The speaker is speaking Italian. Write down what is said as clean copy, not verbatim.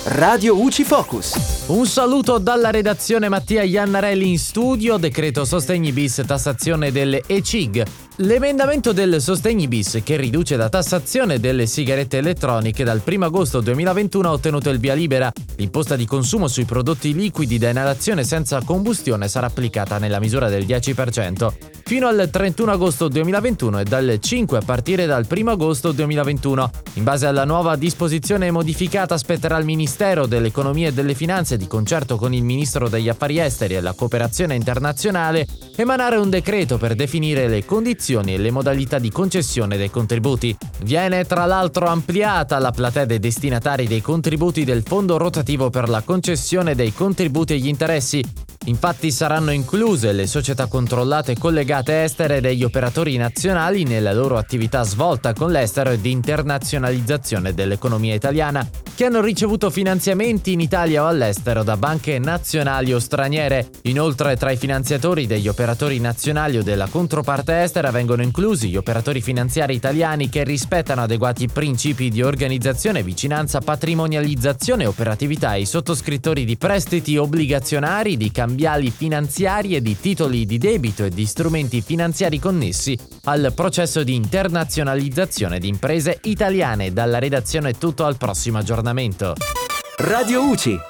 Radio UCI Focus. Un saluto dalla redazione, Mattia Iannarelli in studio. Decreto Sostegni bis, tassazione delle ECIG. L'emendamento del Sostegni bis, che riduce la tassazione delle sigarette elettroniche, dal 1 agosto 2021 ha ottenuto il via libera. L'imposta di consumo sui prodotti liquidi da inalazione senza combustione sarà applicata nella misura del 10%. Fino al 31 agosto 2021 e dal 5 a partire dal 1 agosto 2021. In base alla nuova disposizione modificata, spetterà al Ministero dell'Economia e delle Finanze, di concerto con il Ministro degli Affari Esteri e la Cooperazione Internazionale, emanare un decreto per definire le condizioni e le modalità di concessione dei contributi. Viene tra l'altro ampliata la platea dei destinatari dei contributi del Fondo rotativo per la concessione dei contributi e gli interessi. Infatti saranno incluse le società controllate e collegate estere degli operatori nazionali nella loro attività svolta con l'estero e di internazionalizzazione dell'economia italiana, che hanno ricevuto finanziamenti in Italia o all'estero da banche nazionali o straniere. Inoltre, tra i finanziatori degli operatori nazionali o della controparte estera vengono inclusi gli operatori finanziari italiani che rispettano adeguati principi di organizzazione, vicinanza, patrimonializzazione e operatività, e i sottoscrittori di prestiti obbligazionari, di cambiali finanziari e di titoli di debito e di strumenti finanziari connessi al processo di internazionalizzazione di imprese italiane. Dalla redazione è tutto, al prossimo aggiornamento. Radio UCI,